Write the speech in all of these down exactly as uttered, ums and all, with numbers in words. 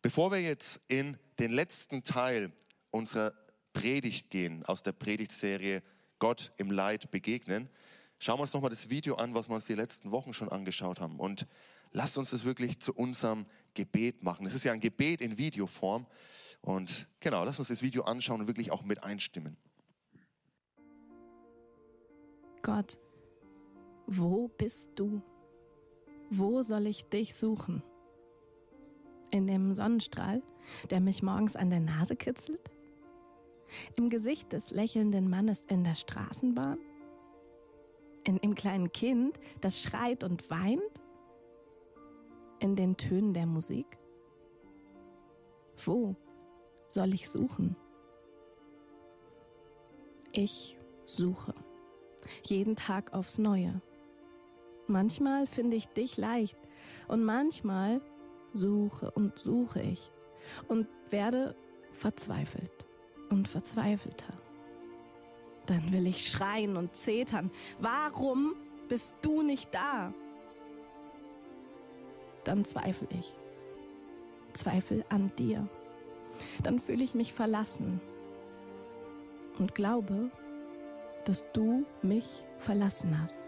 Bevor wir jetzt in den letzten Teil unserer Predigt gehen, aus der Predigtserie Gott im Leid begegnen, schauen wir uns nochmal das Video an, was wir uns die letzten Wochen schon angeschaut haben. Und lasst uns das wirklich zu unserem Gebet machen. Es ist ja ein Gebet in Videoform. Und genau, lasst uns das Video anschauen und wirklich auch mit einstimmen. Gott, wo bist du? Wo soll ich dich suchen? In dem Sonnenstrahl, der mich morgens an der Nase kitzelt? Im Gesicht des lächelnden Mannes in der Straßenbahn? In dem kleinen Kind, das schreit und weint? In den Tönen der Musik? Wo soll ich suchen? Ich suche. Jeden Tag aufs Neue. Manchmal finde ich dich leicht und manchmal suche und suche ich und werde verzweifelt und verzweifelter. Dann will ich schreien und zetern. Warum bist du nicht da? Dann zweifle ich. Zweifel an dir. Dann fühle ich mich verlassen und glaube, dass du mich verlassen hast.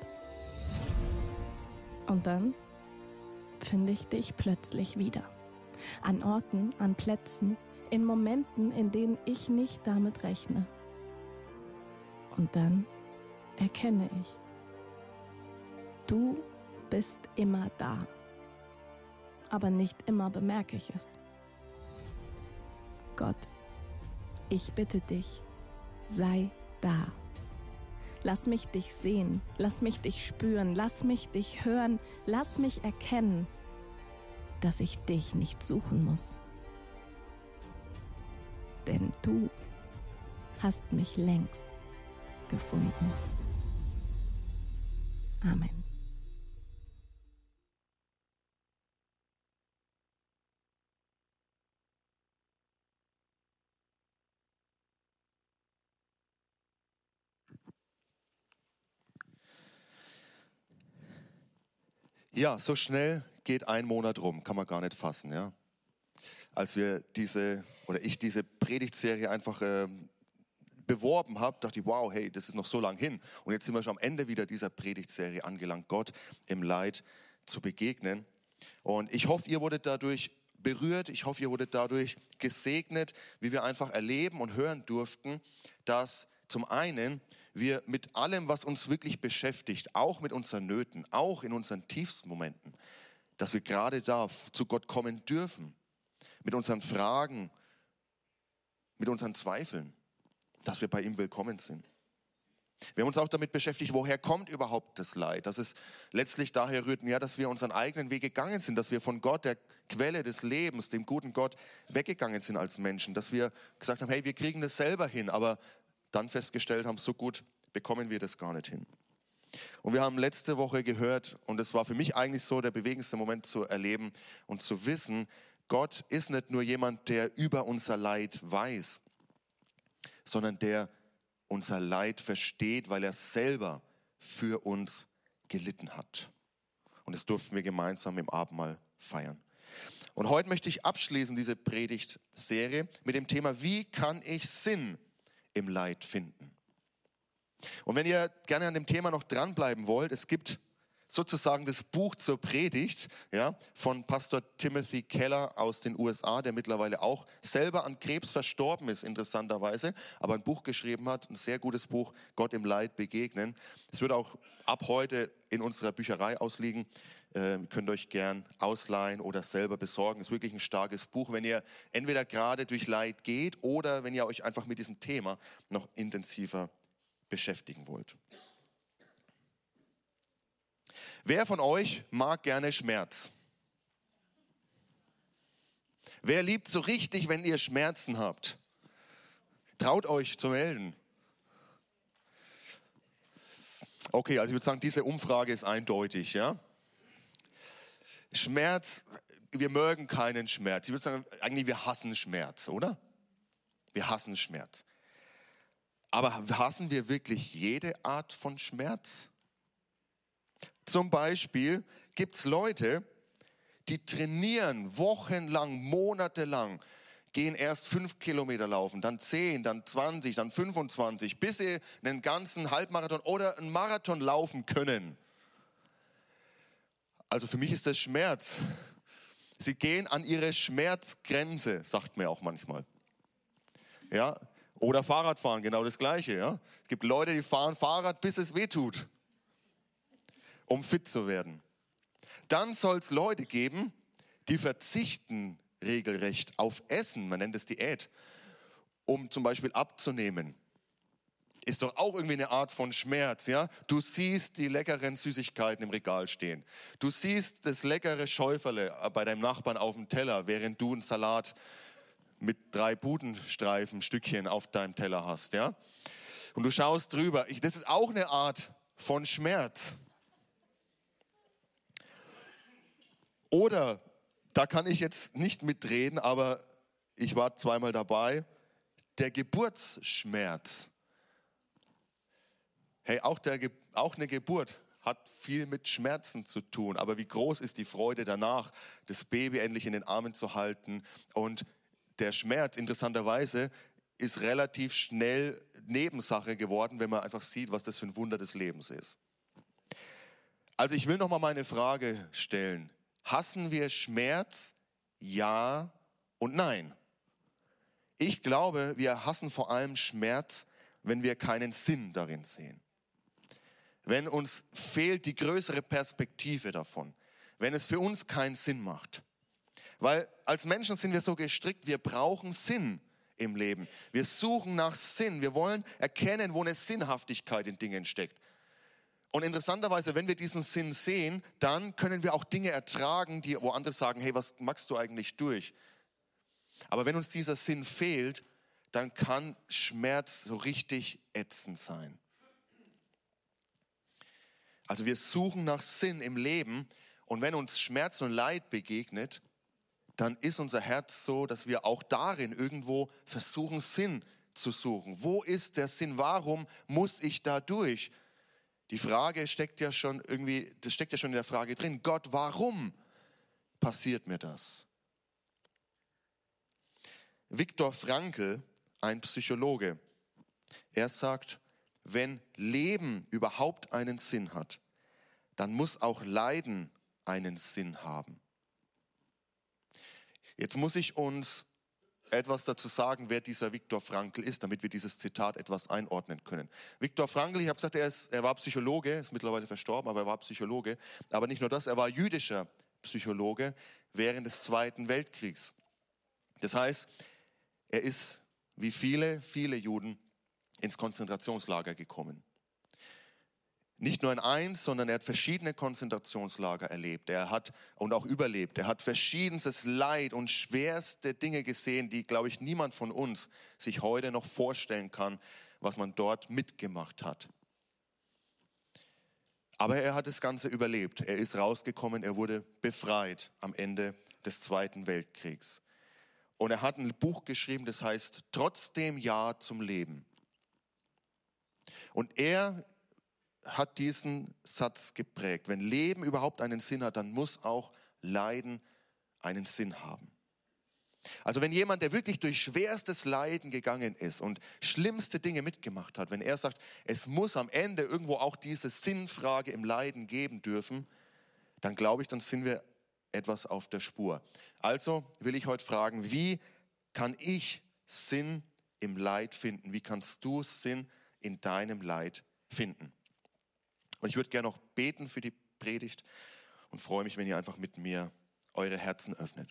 Und dann finde ich dich plötzlich wieder. An Orten, an Plätzen, in Momenten, in denen ich nicht damit rechne. Und dann erkenne ich, du bist immer da. Aber nicht immer bemerke ich es. Gott, ich bitte dich, sei da. Lass mich dich sehen, lass mich dich spüren, lass mich dich hören, lass mich erkennen, dass ich dich nicht suchen muss. Denn du hast mich längst gefunden. Amen. Ja, so schnell geht ein Monat rum, kann man gar nicht fassen, ja. Als wir diese, oder ich diese Predigtserie einfach äh, beworben habe, dachte ich, wow, hey, das ist noch so lang hin. Und jetzt sind wir schon am Ende wieder dieser Predigtserie angelangt, Gott im Leid zu begegnen. Und ich hoffe, ihr wurdet dadurch berührt, ich hoffe, ihr wurdet dadurch gesegnet, wie wir einfach erleben und hören durften, dass zum einen wir mit allem, was uns wirklich beschäftigt, auch mit unseren Nöten, auch in unseren tiefsten Momenten, dass wir gerade da zu Gott kommen dürfen, mit unseren Fragen, mit unseren Zweifeln, dass wir bei ihm willkommen sind. Wir haben uns auch damit beschäftigt, woher kommt überhaupt das Leid? Dass es letztlich daher rührt, ja, dass wir unseren eigenen Weg gegangen sind, dass wir von Gott, der Quelle des Lebens, dem guten Gott, weggegangen sind als Menschen, dass wir gesagt haben, hey, wir kriegen das selber hin, aber dann festgestellt haben, so gut bekommen wir das gar nicht hin. Und wir haben letzte Woche gehört, und es war für mich eigentlich so der bewegendste Moment zu erleben und zu wissen, Gott ist nicht nur jemand, der über unser Leid weiß, sondern der unser Leid versteht, weil er selber für uns gelitten hat. Und das durften wir gemeinsam im Abendmahl feiern. Und heute möchte ich abschließen diese Predigtserie mit dem Thema, wie kann ich Sinn im Leid finden? Und wenn ihr gerne an dem Thema noch dranbleiben wollt, es gibt sozusagen das Buch zur Predigt, ja, von Pastor Timothy Keller aus den U S A, der mittlerweile auch selber an Krebs verstorben ist, interessanterweise, aber ein Buch geschrieben hat, ein sehr gutes Buch, Gott im Leid begegnen. Es wird auch ab heute in unserer Bücherei ausliegen. Äh, ihr könnt euch gern ausleihen oder selber besorgen. Es ist wirklich ein starkes Buch, wenn ihr entweder gerade durch Leid geht oder wenn ihr euch einfach mit diesem Thema noch intensiver beschäftigen wollt. Wer von euch mag gerne Schmerz? Wer liebt so richtig, wenn ihr Schmerzen habt? Traut euch zu melden. Okay, also ich würde sagen, diese Umfrage ist eindeutig, ja? Schmerz, wir mögen keinen Schmerz. Ich würde sagen, eigentlich wir hassen Schmerz, oder? Wir hassen Schmerz. Aber hassen wir wirklich jede Art von Schmerz? Zum Beispiel gibt es Leute, die trainieren wochenlang, monatelang, gehen erst fünf Kilometer laufen, dann zehn, dann zwanzig, dann fünfundzwanzig, bis sie einen ganzen Halbmarathon oder einen Marathon laufen können. Also für mich ist das Schmerz. Sie gehen an ihre Schmerzgrenze, sagt man auch manchmal. Ja, oder Fahrradfahren, genau das Gleiche. Ja? Es gibt Leute, die fahren Fahrrad, bis es wehtut, um fit zu werden. Dann soll es Leute geben, die verzichten regelrecht auf Essen, man nennt es Diät, um zum Beispiel abzunehmen. Ist doch auch irgendwie eine Art von Schmerz, ja? Du siehst die leckeren Süßigkeiten im Regal stehen. Du siehst das leckere Schäuferle bei deinem Nachbarn auf dem Teller, während du einen Salat mit drei Budenstreifen, Stückchen auf deinem Teller hast, ja? Und du schaust drüber. Ich, das ist auch eine Art von Schmerz. Oder, da kann ich jetzt nicht mitreden, aber ich war zweimal dabei, der Geburtsschmerz. Hey, auch, der, auch eine Geburt hat viel mit Schmerzen zu tun. Aber wie groß ist die Freude danach, das Baby endlich in den Armen zu halten. Und der Schmerz, interessanterweise, ist relativ schnell Nebensache geworden, wenn man einfach sieht, was das für ein Wunder des Lebens ist. Also ich will noch mal meine Frage stellen. Hassen wir Schmerz? Ja und nein. Ich glaube, wir hassen vor allem Schmerz, wenn wir keinen Sinn darin sehen. Wenn uns fehlt die größere Perspektive davon. Wenn es für uns keinen Sinn macht. Weil als Menschen sind wir so gestrickt, wir brauchen Sinn im Leben. Wir suchen nach Sinn. Wir wollen erkennen, wo eine Sinnhaftigkeit in Dingen steckt. Und interessanterweise, wenn wir diesen Sinn sehen, dann können wir auch Dinge ertragen, die, wo andere sagen, hey, was machst du eigentlich durch? Aber wenn uns dieser Sinn fehlt, dann kann Schmerz so richtig ätzend sein. Also wir suchen nach Sinn im Leben und wenn uns Schmerz und Leid begegnet, dann ist unser Herz so, dass wir auch darin irgendwo versuchen, Sinn zu suchen. Wo ist der Sinn? Warum muss ich da durch? Die Frage steckt ja schon irgendwie, das steckt ja schon in der Frage drin. Gott, warum passiert mir das? Viktor Frankl, ein Psychologe, er sagt, wenn Leben überhaupt einen Sinn hat, dann muss auch Leiden einen Sinn haben. Jetzt muss ich uns etwas dazu sagen, wer dieser Viktor Frankl ist, damit wir dieses Zitat etwas einordnen können. Viktor Frankl, ich habe gesagt, er, ist, er war Psychologe, ist mittlerweile verstorben, aber er war Psychologe. Aber nicht nur das, er war jüdischer Psychologe während des Zweiten Weltkriegs. Das heißt, er ist wie viele, viele Juden ins Konzentrationslager gekommen. Nicht nur in eins, sondern er hat verschiedene Konzentrationslager erlebt. Er hat und auch überlebt. Er hat verschiedenstes Leid und schwerste Dinge gesehen, die, glaube ich, niemand von uns sich heute noch vorstellen kann, was man dort mitgemacht hat. Aber er hat das Ganze überlebt. Er ist rausgekommen, er wurde befreit am Ende des Zweiten Weltkriegs. Und er hat ein Buch geschrieben, das heißt Trotzdem Ja zum Leben. Und er hat diesen Satz geprägt. Wenn Leben überhaupt einen Sinn hat, dann muss auch Leiden einen Sinn haben. Also wenn jemand, der wirklich durch schwerstes Leiden gegangen ist und schlimmste Dinge mitgemacht hat, wenn er sagt, es muss am Ende irgendwo auch diese Sinnfrage im Leiden geben dürfen, dann glaube ich, dann sind wir etwas auf der Spur. Also will ich heute fragen, wie kann ich Sinn im Leid finden? Wie kannst du Sinn in deinem Leid finden? Und ich würde gerne noch beten für die Predigt und freue mich, wenn ihr einfach mit mir eure Herzen öffnet.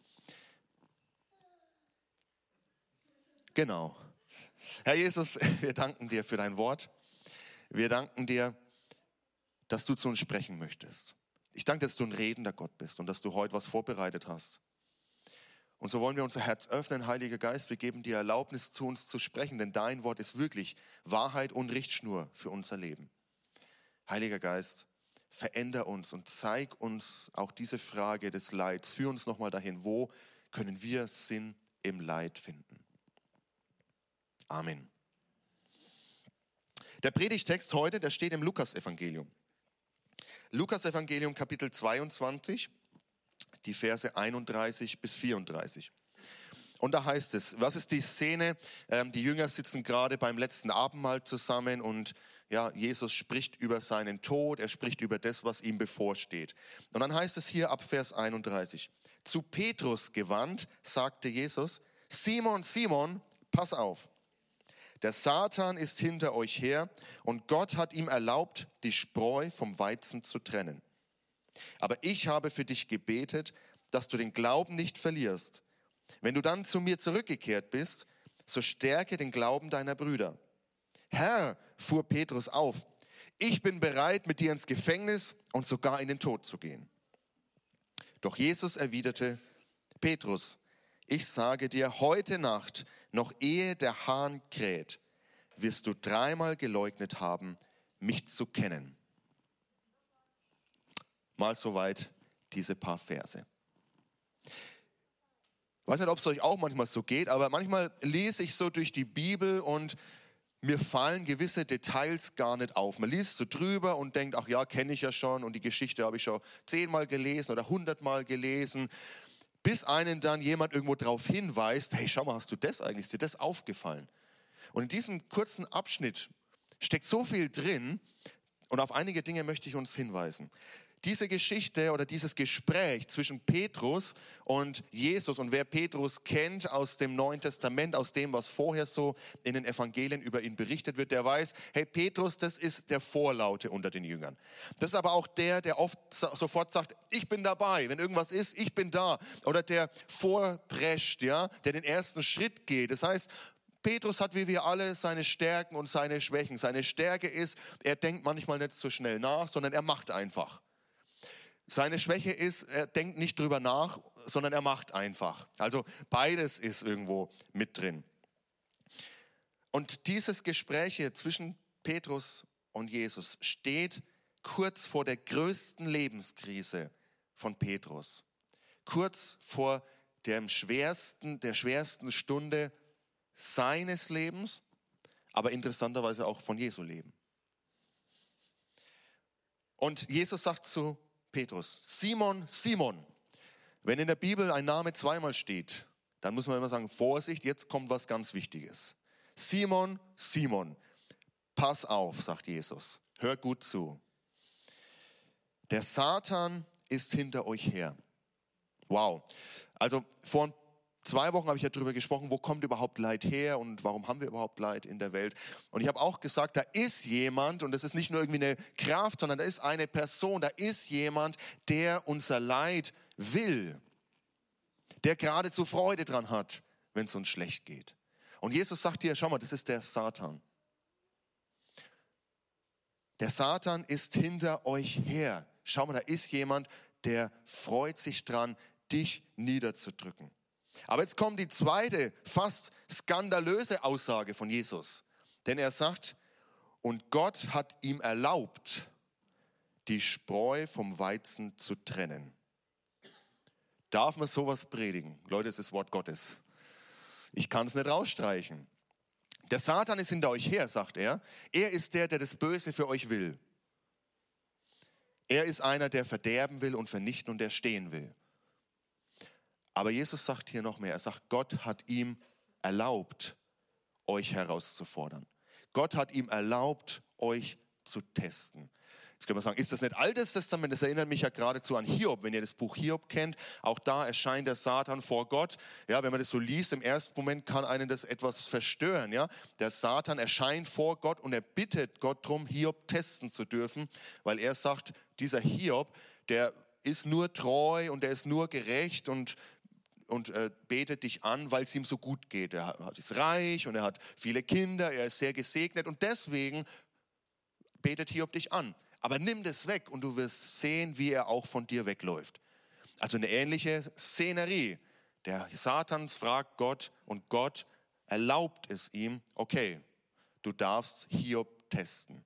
Genau. Herr Jesus, wir danken dir für dein Wort. Wir danken dir, dass du zu uns sprechen möchtest. Ich danke, dass du ein redender Gott bist und dass du heute was vorbereitet hast. Und so wollen wir unser Herz öffnen, Heiliger Geist. Wir geben dir Erlaubnis, zu uns zu sprechen, denn dein Wort ist wirklich Wahrheit und Richtschnur für unser Leben. Heiliger Geist, veränder uns und zeig uns auch diese Frage des Leids. Führ uns nochmal dahin, wo können wir Sinn im Leid finden. Amen. Der Predigtext heute, der steht im Lukas-Evangelium. Lukas-Evangelium Kapitel zweiundzwanzig die Verse einunddreißig bis vierunddreißig. Und da heißt es, was ist die Szene? Ähm, die Jünger sitzen gerade beim letzten Abendmahl zusammen und ja, Jesus spricht über seinen Tod, er spricht über das, was ihm bevorsteht. Und dann heißt es hier ab Vers einunddreißig, zu Petrus gewandt, sagte Jesus, Simon, Simon, pass auf, der Satan ist hinter euch her und Gott hat ihm erlaubt, die Spreu vom Weizen zu trennen. Aber ich habe für dich gebetet, dass du den Glauben nicht verlierst. Wenn du dann zu mir zurückgekehrt bist, so stärke den Glauben deiner Brüder. Herr, fuhr Petrus auf, ich bin bereit, mit dir ins Gefängnis und sogar in den Tod zu gehen. Doch Jesus erwiderte, Petrus, ich sage dir, heute Nacht, noch ehe der Hahn kräht, wirst du dreimal geleugnet haben, mich zu kennen. Mal soweit diese paar Verse. Ich weiß nicht, ob es euch auch manchmal so geht, aber manchmal lese ich so durch die Bibel und mir fallen gewisse Details gar nicht auf. Man liest so drüber und denkt, ach ja, kenne ich ja schon und die Geschichte habe ich schon zehnmal gelesen oder hundertmal gelesen, bis einen dann jemand irgendwo darauf hinweist, hey, schau mal, hast du das eigentlich, ist dir das aufgefallen? Und in diesem kurzen Abschnitt steckt so viel drin und auf einige Dinge möchte ich uns hinweisen. Diese Geschichte oder dieses Gespräch zwischen Petrus und Jesus und wer Petrus kennt aus dem Neuen Testament, aus dem, was vorher so in den Evangelien über ihn berichtet wird, der weiß, hey, Petrus, das ist der Vorlaute unter den Jüngern. Das ist aber auch der, der oft sofort sagt, ich bin dabei, wenn irgendwas ist, ich bin da. Oder der vorprescht, ja, der den ersten Schritt geht. Das heißt, Petrus hat wie wir alle seine Stärken und seine Schwächen. Seine Stärke ist, er denkt manchmal nicht so schnell nach, sondern er macht einfach. Seine Schwäche ist, er denkt nicht drüber nach, sondern er macht einfach. Also beides ist irgendwo mit drin. Und dieses Gespräch hier zwischen Petrus und Jesus steht kurz vor der größten Lebenskrise von Petrus. Kurz vor dem schwersten, der schwersten Stunde seines Lebens, aber interessanterweise auch von Jesu Leben. Und Jesus sagt zu Petrus, Simon, Simon. Wenn in der Bibel ein Name zweimal steht, dann muss man immer sagen, Vorsicht, jetzt kommt was ganz Wichtiges. Simon, Simon, pass auf, sagt Jesus, hör gut zu. Der Satan ist hinter euch her. Wow. Also vor zwei Wochen habe ich ja darüber gesprochen, wo kommt überhaupt Leid her und warum haben wir überhaupt Leid in der Welt. Und ich habe auch gesagt, da ist jemand, und das ist nicht nur irgendwie eine Kraft, sondern da ist eine Person, da ist jemand, der unser Leid will, der geradezu Freude dran hat, wenn es uns schlecht geht. Und Jesus sagt dir, schau mal, das ist der Satan. Der Satan ist hinter euch her. Schau mal, da ist jemand, der freut sich dran, dich niederzudrücken. Aber jetzt kommt die zweite, fast skandalöse Aussage von Jesus. Denn er sagt, und Gott hat ihm erlaubt, die Spreu vom Weizen zu trennen. Darf man sowas predigen? Leute, es ist das Wort Gottes. Ich kann es nicht rausstreichen. Der Satan ist hinter euch her, sagt er. Er ist der, der das Böse für euch will. Er ist einer, der verderben will und vernichten und der stehen will. Aber Jesus sagt hier noch mehr. Er sagt, Gott hat ihm erlaubt, euch herauszufordern. Gott hat ihm erlaubt, euch zu testen. Jetzt können wir sagen, ist das nicht Altes Testament? Das erinnert mich ja geradezu an Hiob. Wenn ihr das Buch Hiob kennt, auch da erscheint der Satan vor Gott. Ja, wenn man das so liest, im ersten Moment kann einen das etwas verstören. Ja? Der Satan erscheint vor Gott und er bittet Gott darum, Hiob testen zu dürfen, weil er sagt, dieser Hiob, der ist nur treu und der ist nur gerecht und und äh, betet dich an, weil es ihm so gut geht. Er hat, ist reich und er hat viele Kinder, er ist sehr gesegnet und deswegen betet Hiob dich an. Aber nimm das weg und du wirst sehen, wie er auch von dir wegläuft. Also eine ähnliche Szenerie. Der Satan fragt Gott und Gott erlaubt es ihm, okay, du darfst Hiob testen.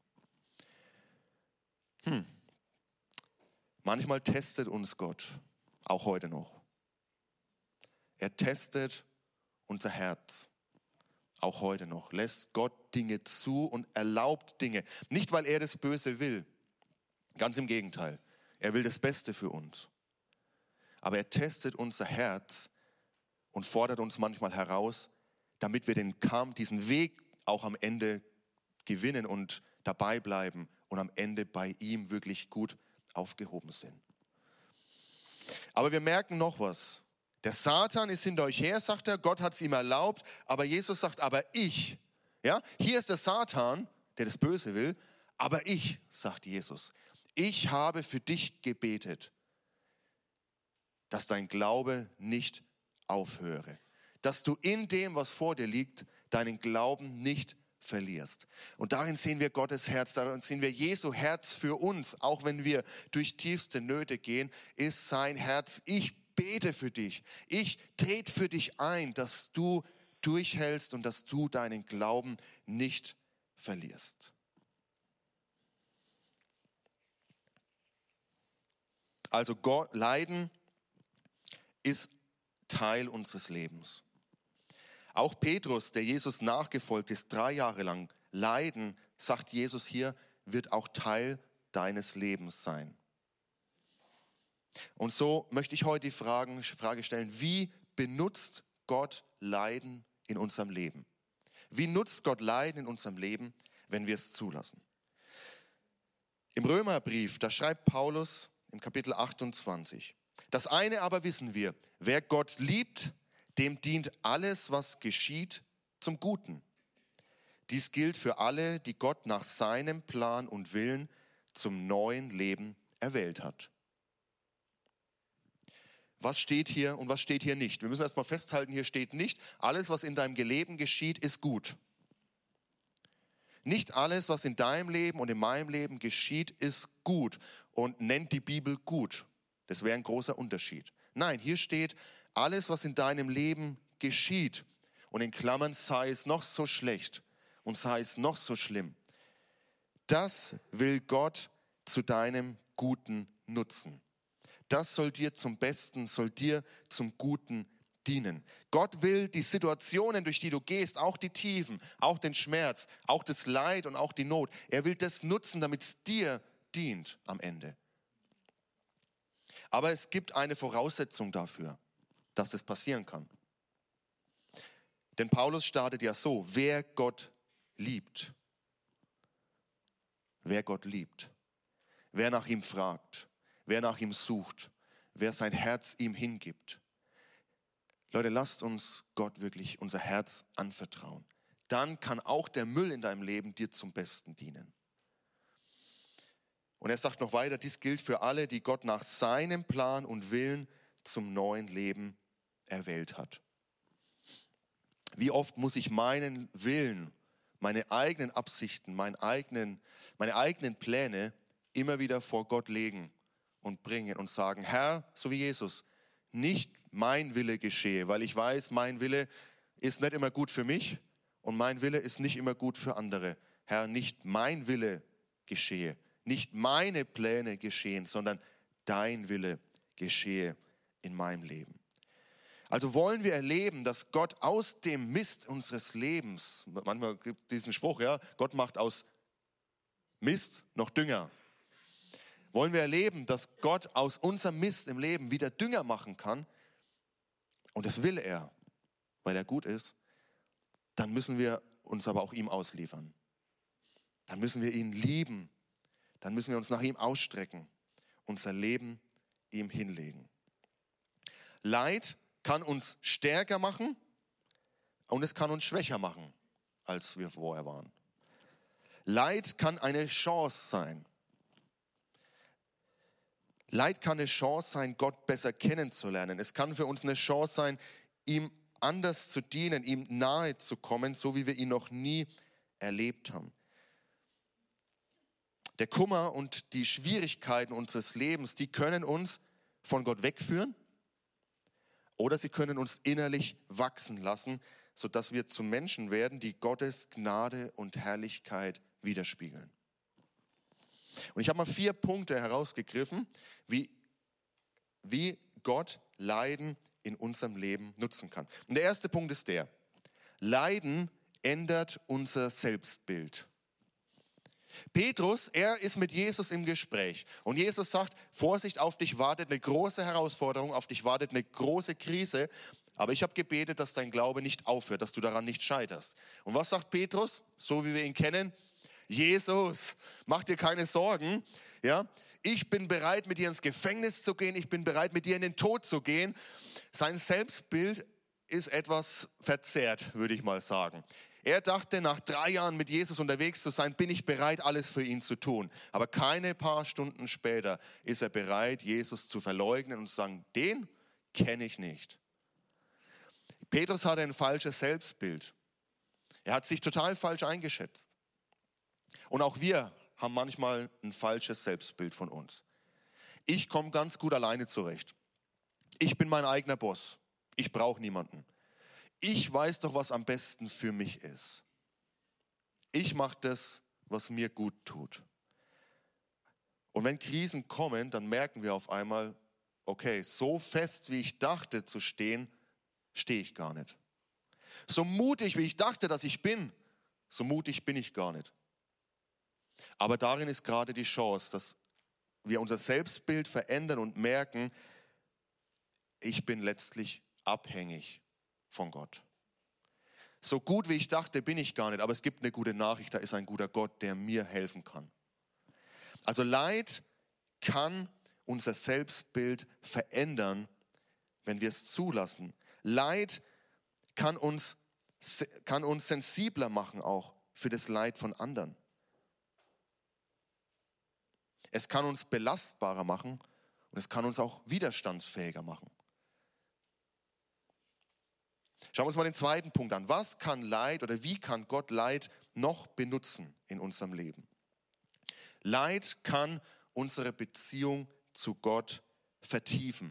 Hm. Manchmal testet uns Gott, auch heute noch. Er testet unser Herz, auch heute noch. Lässt Gott Dinge zu und erlaubt Dinge. Nicht, weil er das Böse will, ganz im Gegenteil. Er will das Beste für uns. aber er testet unser Herz und fordert uns manchmal heraus, damit wir den Kampf, diesen Weg auch am Ende gewinnen und dabei bleiben und am Ende bei ihm wirklich gut aufgehoben sind. Aber wir merken noch was. Der Satan ist hinter euch her, sagt er, Gott hat es ihm erlaubt, aber Jesus sagt, aber ich. Ja, hier ist der Satan, der das Böse will, aber ich, sagt Jesus, ich habe für dich gebetet, dass dein Glaube nicht aufhöre, dass du in dem, was vor dir liegt, deinen Glauben nicht verlierst. Und darin sehen wir Gottes Herz, darin sehen wir Jesu Herz für uns, auch wenn wir durch tiefste Nöte gehen, ist sein Herz, ich bete für dich, ich trete für dich ein, dass du durchhältst und dass du deinen Glauben nicht verlierst. Also Gott, Leiden ist Teil unseres Lebens. Auch Petrus, der Jesus nachgefolgt ist, drei Jahre lang, Leiden, sagt Jesus hier, wird auch Teil deines Lebens sein. Und so möchte ich heute die Fragen, Frage stellen, wie benutzt Gott Leiden in unserem Leben? Wie nutzt Gott Leiden in unserem Leben, wenn wir es zulassen? Im Römerbrief, da schreibt Paulus im Kapitel achtundzwanzig, das eine aber wissen wir, wer Gott liebt, dem dient alles, was geschieht, zum Guten. Dies gilt für alle, die Gott nach seinem Plan und Willen zum neuen Leben erwählt hat. Was steht hier und was steht hier nicht? Wir müssen erstmal festhalten, hier steht nicht, alles, was in deinem Leben geschieht, ist gut. Nicht alles, was in deinem Leben und in meinem Leben geschieht, ist gut und nennt die Bibel gut. Das wäre ein großer Unterschied. Nein, hier steht, alles, was in deinem Leben geschieht und in Klammern sei es noch so schlecht und sei es noch so schlimm, das will Gott zu deinem Guten nutzen. Das soll dir zum Besten, soll dir zum Guten dienen. Gott will die Situationen, durch die du gehst, auch die Tiefen, auch den Schmerz, auch das Leid und auch die Not. Er will das nutzen, damit es dir dient am Ende. Aber es gibt eine Voraussetzung dafür, dass das passieren kann. Denn Paulus startet ja so, wer Gott liebt. Wer Gott liebt. Wer nach ihm fragt. Wer nach ihm sucht. Wer sein Herz ihm hingibt. Leute, lasst uns Gott wirklich unser Herz anvertrauen. Dann kann auch der Müll in deinem Leben dir zum Besten dienen. Und er sagt noch weiter, dies gilt für alle, die Gott nach seinem Plan und Willen zum neuen Leben erwählt hat. Wie oft muss ich meinen Willen, meine eigenen Absichten, meinen eigenen, meine eigenen Pläne immer wieder vor Gott legen und bringen und sagen, Herr, so wie Jesus, nicht mein Wille geschehe, weil ich weiß, mein Wille ist nicht immer gut für mich und mein Wille ist nicht immer gut für andere. Herr, nicht mein Wille geschehe, nicht meine Pläne geschehen, sondern dein Wille geschehe in meinem Leben. Also wollen wir erleben, dass Gott aus dem Mist unseres Lebens, manchmal gibt es diesen Spruch, ja, Gott macht aus Mist noch Dünger. Wollen wir erleben, dass Gott aus unserem Mist im Leben wieder Dünger machen kann, und das will er, weil er gut ist, dann müssen wir uns aber auch ihm ausliefern. Dann müssen wir ihn lieben. Dann müssen wir uns nach ihm ausstrecken, unser Leben ihm hinlegen. Leid kann uns stärker machen und es kann uns schwächer machen, als wir vorher waren. Leid kann eine Chance sein. Leid kann eine Chance sein, Gott besser kennenzulernen. Es kann für uns eine Chance sein, ihm anders zu dienen, ihm nahe zu kommen, so wie wir ihn noch nie erlebt haben. Der Kummer und die Schwierigkeiten unseres Lebens, die können uns von Gott wegführen oder sie können uns innerlich wachsen lassen, sodass wir zu Menschen werden, die Gottes Gnade und Herrlichkeit widerspiegeln. Und ich habe mal vier Punkte herausgegriffen, wie, wie Gott Leiden in unserem Leben nutzen kann. Und der erste Punkt ist der: Leiden ändert unser Selbstbild. Petrus, er ist mit Jesus im Gespräch. Und Jesus sagt, Vorsicht, auf dich wartet eine große Herausforderung, auf dich wartet eine große Krise. Aber ich habe gebetet, dass dein Glaube nicht aufhört, dass du daran nicht scheiterst. Und was sagt Petrus, so wie wir ihn kennen? Jesus, mach dir keine Sorgen. Ja, ich bin bereit, mit dir ins Gefängnis zu gehen. Ich bin bereit, mit dir in den Tod zu gehen. Sein Selbstbild ist etwas verzerrt, würde ich mal sagen. Er dachte, nach drei Jahren mit Jesus unterwegs zu sein, bin ich bereit, alles für ihn zu tun. Aber keine paar Stunden später ist er bereit, Jesus zu verleugnen und zu sagen, den kenne ich nicht. Petrus hatte ein falsches Selbstbild. Er hat sich total falsch eingeschätzt. Und auch wir haben manchmal ein falsches Selbstbild von uns. Ich komme ganz gut alleine zurecht. Ich bin mein eigener Boss. Ich brauche niemanden. Ich weiß doch, was am besten für mich ist. Ich mache das, was mir gut tut. Und wenn Krisen kommen, dann merken wir auf einmal, okay, so fest, wie ich dachte zu stehen, stehe ich gar nicht. So mutig, wie ich dachte, dass ich bin, so mutig bin ich gar nicht. Aber darin ist gerade die Chance, dass wir unser Selbstbild verändern und merken, ich bin letztlich abhängig von Gott. So gut wie ich dachte, bin ich gar nicht, aber es gibt eine gute Nachricht, da ist ein guter Gott, der mir helfen kann. Also Leid kann unser Selbstbild verändern, wenn wir es zulassen. Leid kann uns, kann uns sensibler machen auch für das Leid von anderen. Es kann uns belastbarer machen und es kann uns auch widerstandsfähiger machen. Schauen wir uns mal den zweiten Punkt an. Was kann Leid oder wie kann Gott Leid noch benutzen in unserem Leben? Leid kann unsere Beziehung zu Gott vertiefen.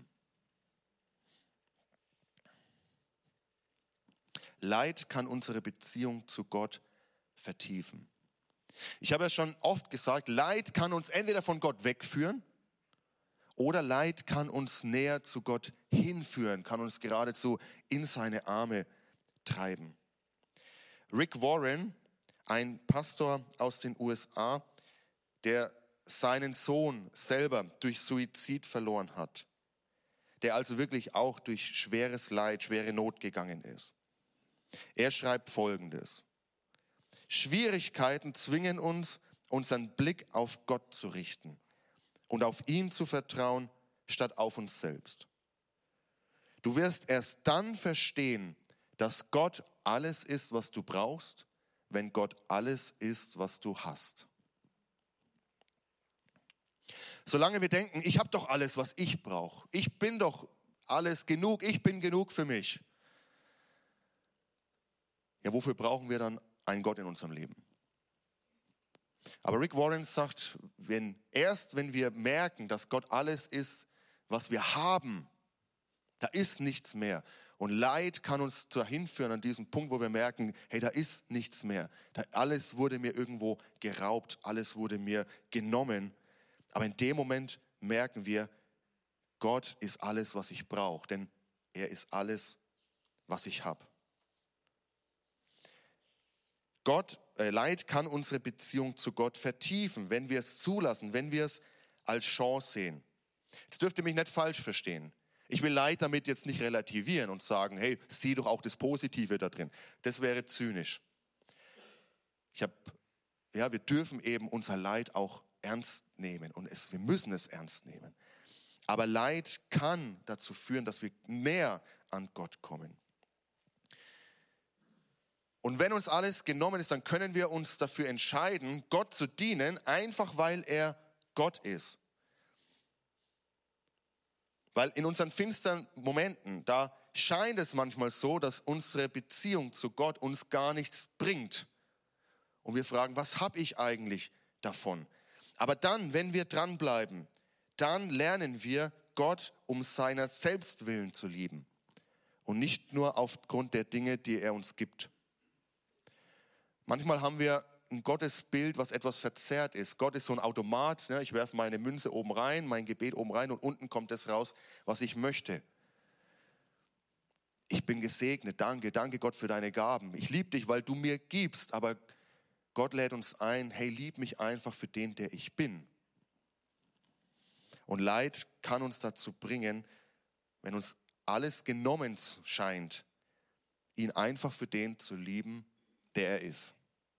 Leid kann unsere Beziehung zu Gott vertiefen. Ich habe ja schon oft gesagt, Leid kann uns entweder von Gott wegführen oder Leid kann uns näher zu Gott hinführen, kann uns geradezu in seine Arme treiben. Rick Warren, ein Pastor aus den U S A, der seinen Sohn selber durch Suizid verloren hat, der also wirklich auch durch schweres Leid, schwere Not gegangen ist. Er schreibt Folgendes: Schwierigkeiten zwingen uns, unseren Blick auf Gott zu richten und auf ihn zu vertrauen, statt auf uns selbst. Du wirst erst dann verstehen, dass Gott alles ist, was du brauchst, wenn Gott alles ist, was du hast. Solange wir denken, ich habe doch alles, was ich brauche, ich bin doch alles genug, ich bin genug für mich. Ja, wofür brauchen wir dann einen Gott in unserem Leben? Aber Rick Warren sagt, wenn, erst wenn wir merken, dass Gott alles ist, was wir haben, da ist nichts mehr. Und Leid kann uns dahin führen an diesem Punkt, wo wir merken, hey, da ist nichts mehr. Da, alles wurde mir irgendwo geraubt, alles wurde mir genommen. Aber in dem Moment merken wir, Gott ist alles, was ich brauche, denn er ist alles, was ich habe. Gott, äh, Leid kann unsere Beziehung zu Gott vertiefen, wenn wir es zulassen, wenn wir es als Chance sehen. Jetzt dürft ihr mich nicht falsch verstehen. Ich will Leid damit jetzt nicht relativieren und sagen, hey, sieh doch auch das Positive da drin. Das wäre zynisch. Ich hab, ja, wir dürfen eben unser Leid auch ernst nehmen und es, wir müssen es ernst nehmen. Aber Leid kann dazu führen, dass wir näher an Gott kommen. Und wenn uns alles genommen ist, dann können wir uns dafür entscheiden, Gott zu dienen, einfach weil er Gott ist. Weil in unseren finsteren Momenten, da scheint es manchmal so, dass unsere Beziehung zu Gott uns gar nichts bringt. Und wir fragen, was habe ich eigentlich davon? Aber dann, wenn wir dranbleiben, dann lernen wir, Gott um seiner selbst willen zu lieben. Und nicht nur aufgrund der Dinge, die er uns gibt. Manchmal haben wir ein Gottesbild, was etwas verzerrt ist. Gott ist so ein Automat. Ne? Ich werfe meine Münze oben rein, mein Gebet oben rein und unten kommt das raus, was ich möchte. Ich bin gesegnet, danke, danke Gott für deine Gaben. Ich liebe dich, weil du mir gibst, aber Gott lädt uns ein, hey, lieb mich einfach für den, der ich bin. Und Leid kann uns dazu bringen, wenn uns alles genommen scheint, ihn einfach für den zu lieben, der er ist.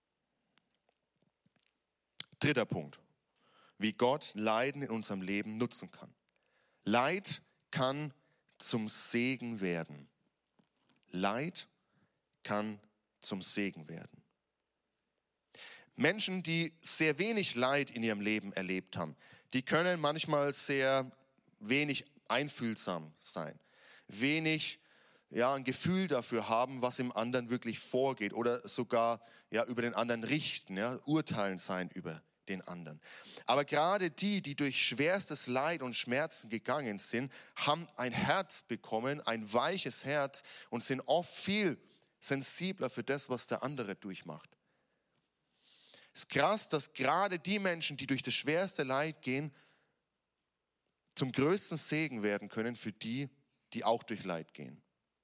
Dritter Punkt, wie Gott Leiden in unserem Leben nutzen kann. Leid kann zum Segen werden. Leid kann zum Segen werden. Menschen, die sehr wenig Leid in ihrem Leben erlebt haben, die können manchmal sehr wenig einfühlsam sein, wenig ja, ein Gefühl dafür haben, was im anderen wirklich vorgeht oder sogar ja, über den anderen richten, ja, urteilen sein über den anderen. Aber gerade die, die durch schwerstes Leid und Schmerzen gegangen sind, haben ein Herz bekommen, ein weiches Herz und sind oft viel sensibler für das, was der andere durchmacht. Es ist krass, dass gerade die Menschen, die durch das schwerste Leid gehen, zum größten Segen werden können für die, die auch durch Leid gehen.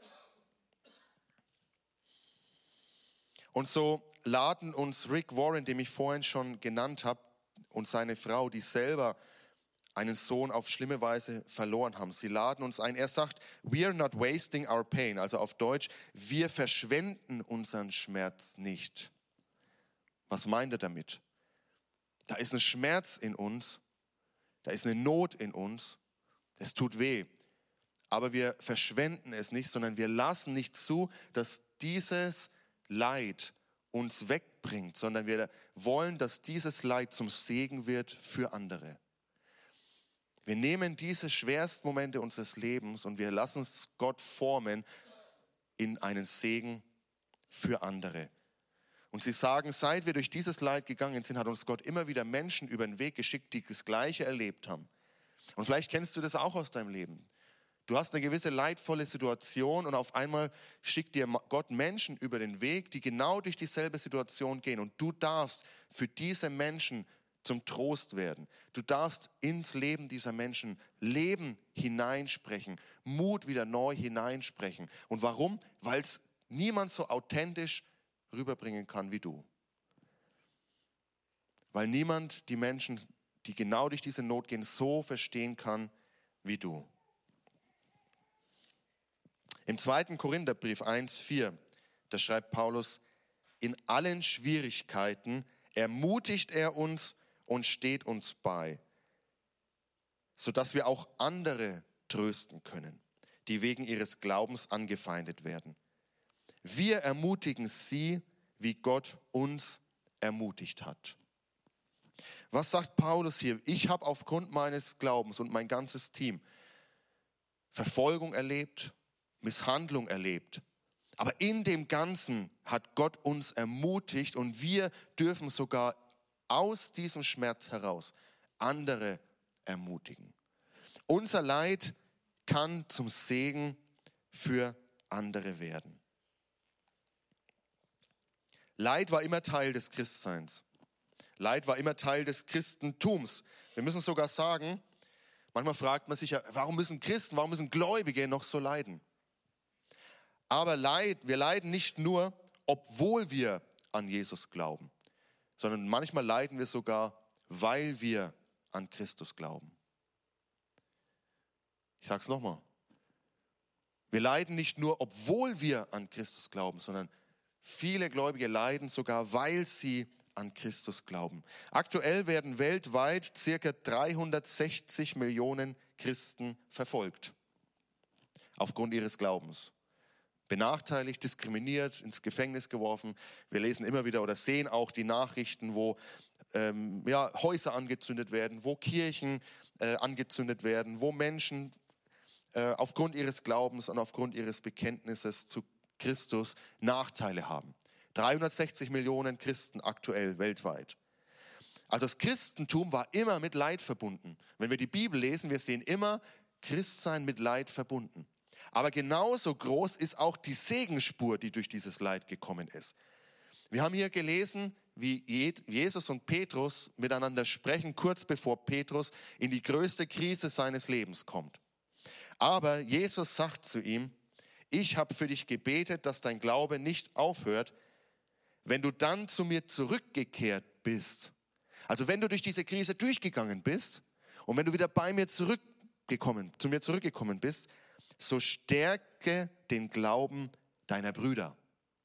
Und so laden uns Rick Warren, den ich vorhin schon genannt habe, und seine Frau, die selber einen Sohn auf schlimme Weise verloren haben. Sie laden uns ein. Er sagt, we are not wasting our pain. Also auf Deutsch, wir verschwenden unseren Schmerz nicht. Was meint er damit? Da ist ein Schmerz in uns, da ist eine Not in uns, es tut weh. Aber wir verschwenden es nicht, sondern wir lassen nicht zu, dass dieses Leid uns wegbringt, sondern wir wollen, dass dieses Leid zum Segen wird für andere. Wir nehmen diese schwersten Momente unseres Lebens und wir lassen es Gott formen in einen Segen für andere. Und sie sagen, seit wir durch dieses Leid gegangen sind, hat uns Gott immer wieder Menschen über den Weg geschickt, die das Gleiche erlebt haben. Und vielleicht kennst du das auch aus deinem Leben. Du hast eine gewisse leidvolle Situation und auf einmal schickt dir Gott Menschen über den Weg, die genau durch dieselbe Situation gehen. Und du darfst für diese Menschen zum Trost werden. Du darfst ins Leben dieser Menschen Leben hineinsprechen, Mut wieder neu hineinsprechen. Und warum? Weil es niemand so authentisch rüberbringen kann wie du. Weil niemand die Menschen, die genau durch diese Not gehen, so verstehen kann wie du. Im zweiten Korintherbrief eins vier, da schreibt Paulus, in allen Schwierigkeiten ermutigt er uns und steht uns bei, sodass wir auch andere trösten können, die wegen ihres Glaubens angefeindet werden. Wir ermutigen sie, wie Gott uns ermutigt hat. Was sagt Paulus hier? Ich habe aufgrund meines Glaubens und mein ganzes Team Verfolgung erlebt, Misshandlung erlebt. Aber in dem Ganzen hat Gott uns ermutigt und wir dürfen sogar aus diesem Schmerz heraus andere ermutigen. Unser Leid kann zum Segen für andere werden. Leid war immer Teil des Christseins. Leid war immer Teil des Christentums. Wir müssen sogar sagen, manchmal fragt man sich ja, warum müssen Christen, warum müssen Gläubige noch so leiden? Aber Leid, wir leiden nicht nur, obwohl wir an Jesus glauben, sondern manchmal leiden wir sogar, weil wir an Christus glauben. Ich sage es nochmal. Wir leiden nicht nur, obwohl wir an Christus glauben, sondern viele Gläubige leiden sogar, weil sie an Christus glauben. Aktuell werden weltweit ca. dreihundertsechzig Millionen Christen verfolgt aufgrund ihres Glaubens. Benachteiligt, diskriminiert, ins Gefängnis geworfen. Wir lesen immer wieder oder sehen auch die Nachrichten, wo ähm, ja, Häuser angezündet werden, wo Kirchen äh, angezündet werden, wo Menschen äh, aufgrund ihres Glaubens und aufgrund ihres Bekenntnisses zu Christus Nachteile haben. dreihundertsechzig Millionen Christen aktuell weltweit. Also das Christentum war immer mit Leid verbunden. Wenn wir die Bibel lesen, wir sehen immer Christsein mit Leid verbunden. Aber genauso groß ist auch die Segensspur, die durch dieses Leid gekommen ist. Wir haben hier gelesen, wie Jesus und Petrus miteinander sprechen, kurz bevor Petrus in die größte Krise seines Lebens kommt. Aber Jesus sagt zu ihm, ich habe für dich gebetet, dass dein Glaube nicht aufhört. wenn du dann zu mir zurückgekehrt bist, also wenn du durch diese Krise durchgegangen bist und wenn du wieder bei mir zurückgekommen, zu mir zurückgekommen bist, so stärke den Glauben deiner Brüder.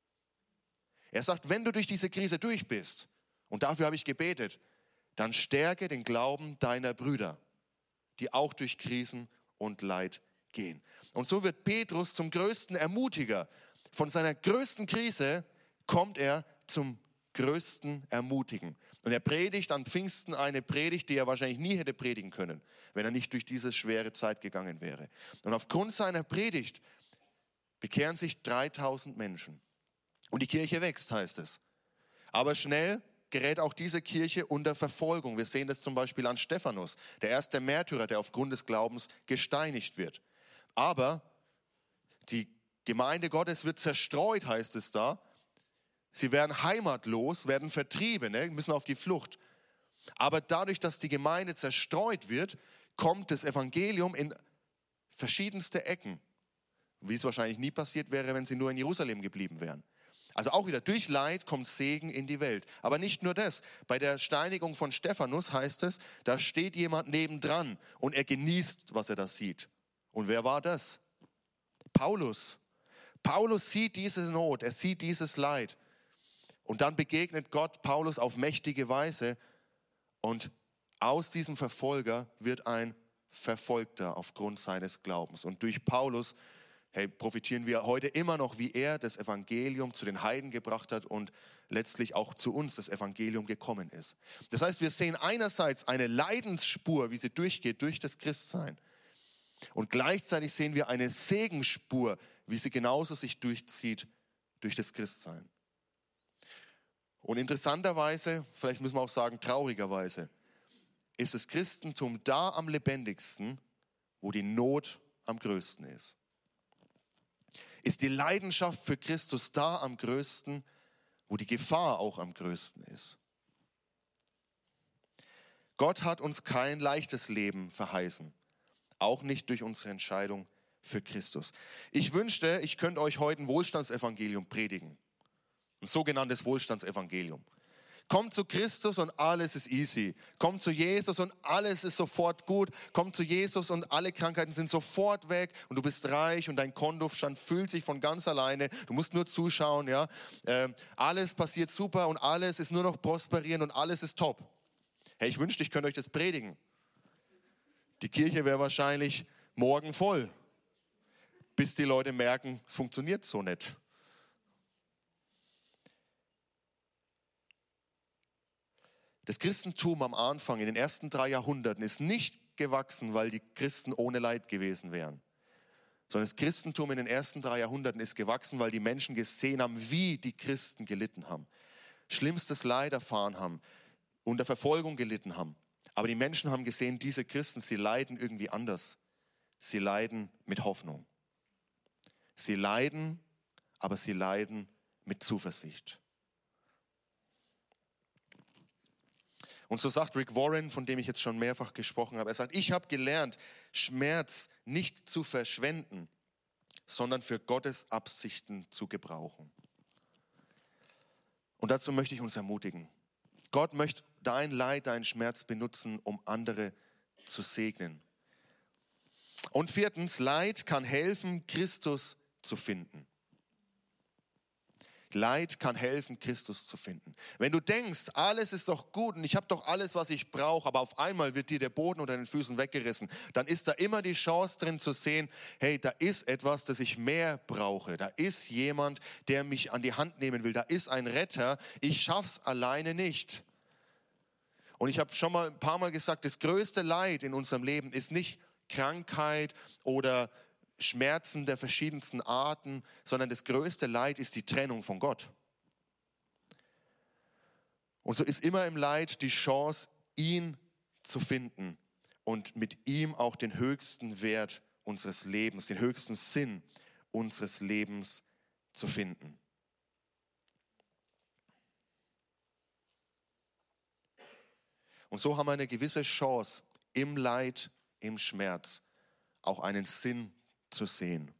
Er sagt, wenn du durch diese Krise durch bist, und dafür habe ich gebetet, dann stärke den Glauben deiner Brüder, die auch durch Krisen und Leid gehen. Und so wird Petrus zum größten Ermutiger. Von seiner größten Krise kommt er zum größten Ermutigen. Und er predigt an Pfingsten eine Predigt, die er wahrscheinlich nie hätte predigen können, wenn er nicht durch diese schwere Zeit gegangen wäre. Und aufgrund seiner Predigt bekehren sich dreitausend Menschen. Und die Kirche wächst, heißt es. Aber schnell gerät auch diese Kirche unter Verfolgung. Wir sehen das zum Beispiel an Stephanus, der erste Märtyrer, der aufgrund des Glaubens gesteinigt wird. Aber die Gemeinde Gottes wird zerstreut, heißt es da. Sie werden heimatlos, werden Vertriebene, müssen auf die Flucht. Aber dadurch, dass die Gemeinde zerstreut wird, kommt das Evangelium in verschiedenste Ecken. Wie es wahrscheinlich nie passiert wäre, wenn sie nur in Jerusalem geblieben wären. Also auch wieder, durch Leid kommt Segen in die Welt. Aber nicht nur das. Bei der Steinigung von Stephanus heißt es, da steht jemand nebendran und er genießt, was er da sieht. Und wer war das? Paulus. Paulus sieht diese Not, er sieht dieses Leid. Und dann begegnet Gott Paulus auf mächtige Weise. Und aus diesem Verfolger wird ein Verfolgter aufgrund seines Glaubens. Und durch Paulus hey, profitieren wir heute immer noch, wie er das Evangelium zu den Heiden gebracht hat und letztlich auch zu uns das Evangelium gekommen ist. Das heißt, wir sehen einerseits eine Leidensspur, wie sie durchgeht durch das Christsein. Und gleichzeitig sehen wir eine Segensspur, wie sie genauso sich durchzieht durch das Christsein. Und interessanterweise, vielleicht müssen wir auch sagen traurigerweise, ist das Christentum da am lebendigsten, wo die Not am größten ist. Ist die Leidenschaft für Christus da am größten, wo die Gefahr auch am größten ist. Gott hat uns kein leichtes Leben verheißen, auch nicht durch unsere Entscheidung für Christus. Ich wünschte, ich könnte euch heute ein Wohlstandsevangelium predigen, ein sogenanntes Wohlstandsevangelium. Kommt zu Christus und alles ist easy. Kommt zu Jesus und alles ist sofort gut. Kommt zu Jesus und alle Krankheiten sind sofort weg und du bist reich und dein Kontostand füllt sich von ganz alleine. Du musst nur zuschauen, ja. Ähm, alles passiert super und alles ist nur noch prosperieren und alles ist top. Hey, ich wünschte, ich könnte euch das predigen. Die Kirche wäre wahrscheinlich morgen voll, bis die Leute merken, es funktioniert so nicht. Das Christentum am Anfang, in den ersten drei Jahrhunderten, ist nicht gewachsen, weil die Christen ohne Leid gewesen wären. Sondern das Christentum in den ersten drei Jahrhunderten ist gewachsen, weil die Menschen gesehen haben, wie die Christen gelitten haben. Schlimmstes Leid erfahren haben, unter Verfolgung gelitten haben. Aber die Menschen haben gesehen, diese Christen, sie leiden irgendwie anders. Sie leiden mit Hoffnung. Sie leiden, aber sie leiden mit Zuversicht. Und so sagt Rick Warren, von dem ich jetzt schon mehrfach gesprochen habe, er sagt, ich habe gelernt, Schmerz nicht zu verschwenden, sondern für Gottes Absichten zu gebrauchen. Und dazu möchte ich uns ermutigen. Gott möchte dein Leid, deinen Schmerz benutzen, um andere zu segnen. Und viertens, Leid kann helfen, Christus zu finden. Leid kann helfen, Christus zu finden. Wenn du denkst, alles ist doch gut und ich habe doch alles, was ich brauche, aber auf einmal wird dir der Boden unter den Füßen weggerissen, dann ist da immer die Chance drin zu sehen, hey, da ist etwas, das ich mehr brauche. Da ist jemand, der mich an die Hand nehmen will. Da ist ein Retter. Ich schaff's alleine nicht. Und ich habe schon mal ein paar Mal gesagt, das größte Leid in unserem Leben ist nicht Krankheit oder Schmerzen der verschiedensten Arten, sondern das größte Leid ist die Trennung von Gott. Und so ist immer im Leid die Chance, ihn zu finden und mit ihm auch den höchsten Wert unseres Lebens, den höchsten Sinn unseres Lebens zu finden. Und so haben wir eine gewisse Chance, im Leid, im Schmerz auch einen Sinn zu sehen.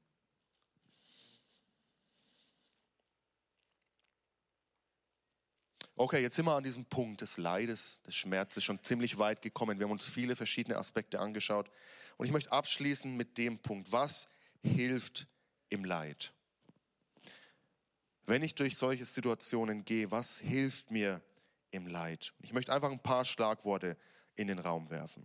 Okay, jetzt sind wir an diesem Punkt des Leides, des Schmerzes schon ziemlich weit gekommen. Wir haben uns viele verschiedene Aspekte angeschaut. Und ich möchte abschließen mit dem Punkt, was hilft im Leid? Wenn ich durch solche Situationen gehe, was hilft mir im Leid? Ich möchte einfach ein paar Schlagworte in den Raum werfen.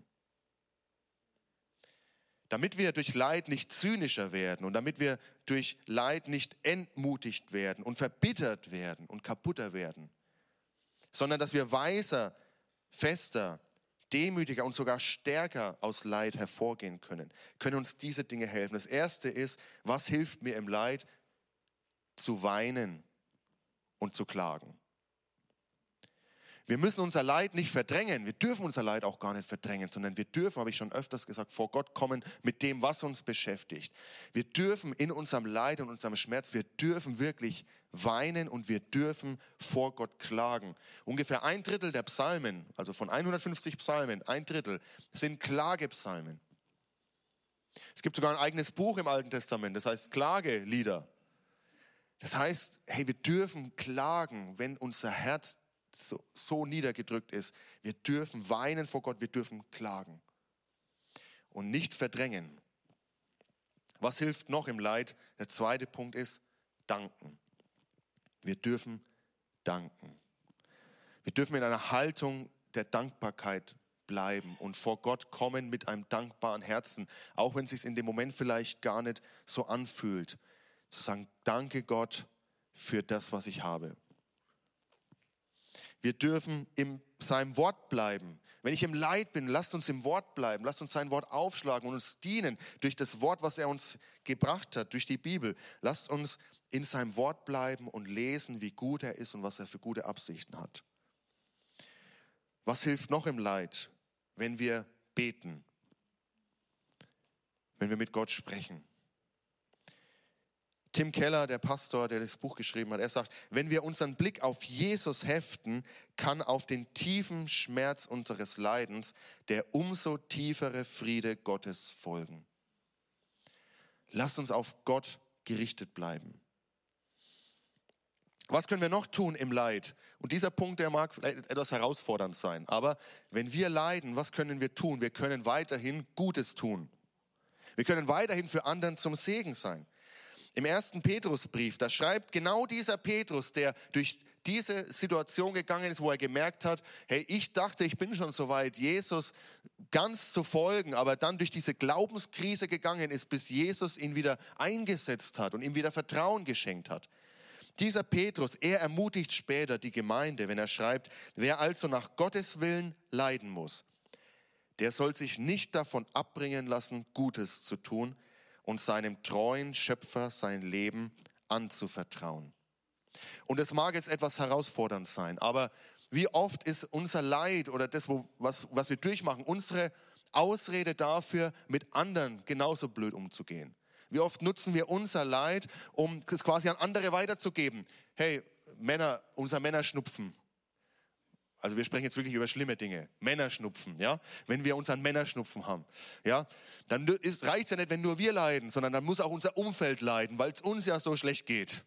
Damit wir durch Leid nicht zynischer werden und damit wir durch Leid nicht entmutigt werden und verbittert werden und kaputter werden, sondern dass wir weiser, fester, demütiger und sogar stärker aus Leid hervorgehen können, können uns diese Dinge helfen. Das erste ist, was hilft mir im Leid? Zu weinen und zu klagen. Wir müssen unser Leid nicht verdrängen. Wir dürfen unser Leid auch gar nicht verdrängen, sondern wir dürfen, habe ich schon öfters gesagt, vor Gott kommen mit dem, was uns beschäftigt. Wir dürfen in unserem Leid und unserem Schmerz, wir dürfen wirklich weinen und wir dürfen vor Gott klagen. Ungefähr ein Drittel der Psalmen, also von hundertfünfzig Psalmen, ein Drittel sind Klagepsalmen. Es gibt sogar ein eigenes Buch im Alten Testament, das heißt Klagelieder. Das heißt, hey, wir dürfen klagen, wenn unser Herz So, so niedergedrückt ist. Wir dürfen weinen vor Gott, wir dürfen klagen und nicht verdrängen. Was hilft noch im Leid? Der zweite Punkt ist danken. Wir dürfen danken. Wir dürfen in einer Haltung der Dankbarkeit bleiben und vor Gott kommen mit einem dankbaren Herzen, auch wenn es sich in dem Moment vielleicht gar nicht so anfühlt. Zu sagen, danke Gott für das, was ich habe. Wir dürfen in seinem Wort bleiben. Wenn ich im Leid bin, lasst uns im Wort bleiben. Lasst uns sein Wort aufschlagen und uns dienen durch das Wort, was er uns gebracht hat, durch die Bibel. Lasst uns in seinem Wort bleiben und lesen, wie gut er ist und was er für gute Absichten hat. Was hilft noch im Leid? Wenn wir beten, wenn wir mit Gott sprechen. Tim Keller, der Pastor, der das Buch geschrieben hat, er sagt, wenn wir unseren Blick auf Jesus heften, kann auf den tiefen Schmerz unseres Leidens der umso tiefere Friede Gottes folgen. Lasst uns auf Gott gerichtet bleiben. Was können wir noch tun im Leid? Und dieser Punkt, der mag vielleicht etwas herausfordernd sein, aber wenn wir leiden, was können wir tun? Wir können weiterhin Gutes tun. Wir können weiterhin für anderen zum Segen sein. Im ersten Petrusbrief, da schreibt genau dieser Petrus, der durch diese Situation gegangen ist, wo er gemerkt hat, hey, ich dachte, ich bin schon so weit, Jesus ganz zu folgen, aber dann durch diese Glaubenskrise gegangen ist, bis Jesus ihn wieder eingesetzt hat und ihm wieder Vertrauen geschenkt hat. Dieser Petrus, er ermutigt später die Gemeinde, wenn er schreibt, wer also nach Gottes Willen leiden muss, der soll sich nicht davon abbringen lassen, Gutes zu tun, und seinem treuen Schöpfer sein Leben anzuvertrauen. Und es mag jetzt etwas herausfordernd sein, aber wie oft ist unser Leid oder das, was, was wir durchmachen, unsere Ausrede dafür, mit anderen genauso blöd umzugehen? Wie oft nutzen wir unser Leid, um es quasi an andere weiterzugeben? Hey, Männer, unser Männerschnupfen. Also wir sprechen jetzt wirklich über schlimme Dinge. Männerschnupfen, ja. Wenn wir unseren Männerschnupfen haben, ja, dann reicht es ja nicht, wenn nur wir leiden, sondern dann muss auch unser Umfeld leiden, weil es uns ja so schlecht geht.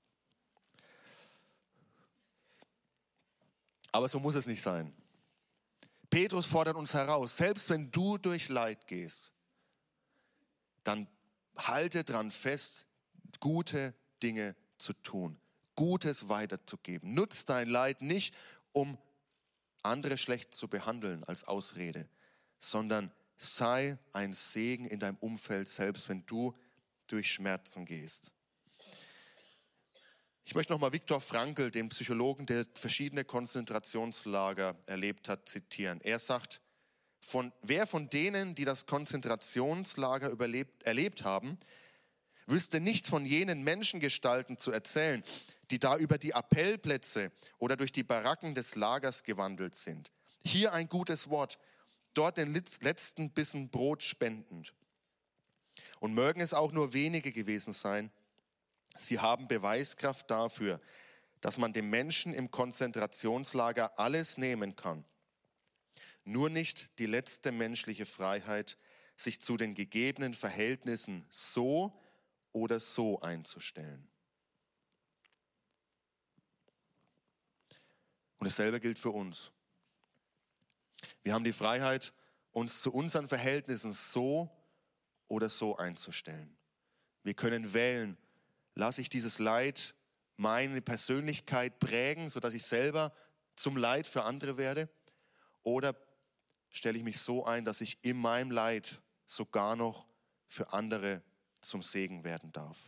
Aber so muss es nicht sein. Petrus fordert uns heraus, selbst wenn du durch Leid gehst, dann halte dran fest, gute Dinge zu tun, Gutes weiterzugeben. Nutz dein Leid nicht, um andere schlecht zu behandeln als Ausrede, sondern sei ein Segen in deinem Umfeld, selbst wenn du durch Schmerzen gehst. Ich möchte nochmal Viktor Frankl, den Psychologen, der verschiedene Konzentrationslager erlebt hat, zitieren. Er sagt, von, wer von denen, die das Konzentrationslager überlebt, erlebt haben, wüsste nicht von jenen Menschengestalten zu erzählen, die da über die Appellplätze oder durch die Baracken des Lagers gewandelt sind. Hier ein gutes Wort, dort den letzten Bissen Brot spendend. Und mögen es auch nur wenige gewesen sein, sie haben Beweiskraft dafür, dass man dem Menschen im Konzentrationslager alles nehmen kann. Nur nicht die letzte menschliche Freiheit, sich zu den gegebenen Verhältnissen so oder so einzustellen. Und dasselbe gilt für uns. Wir haben die Freiheit, uns zu unseren Verhältnissen so oder so einzustellen. Wir können wählen, lasse ich dieses Leid meine Persönlichkeit prägen, sodass ich selber zum Leid für andere werde, oder stelle ich mich so ein, dass ich in meinem Leid sogar noch für andere zum Segen werden darf.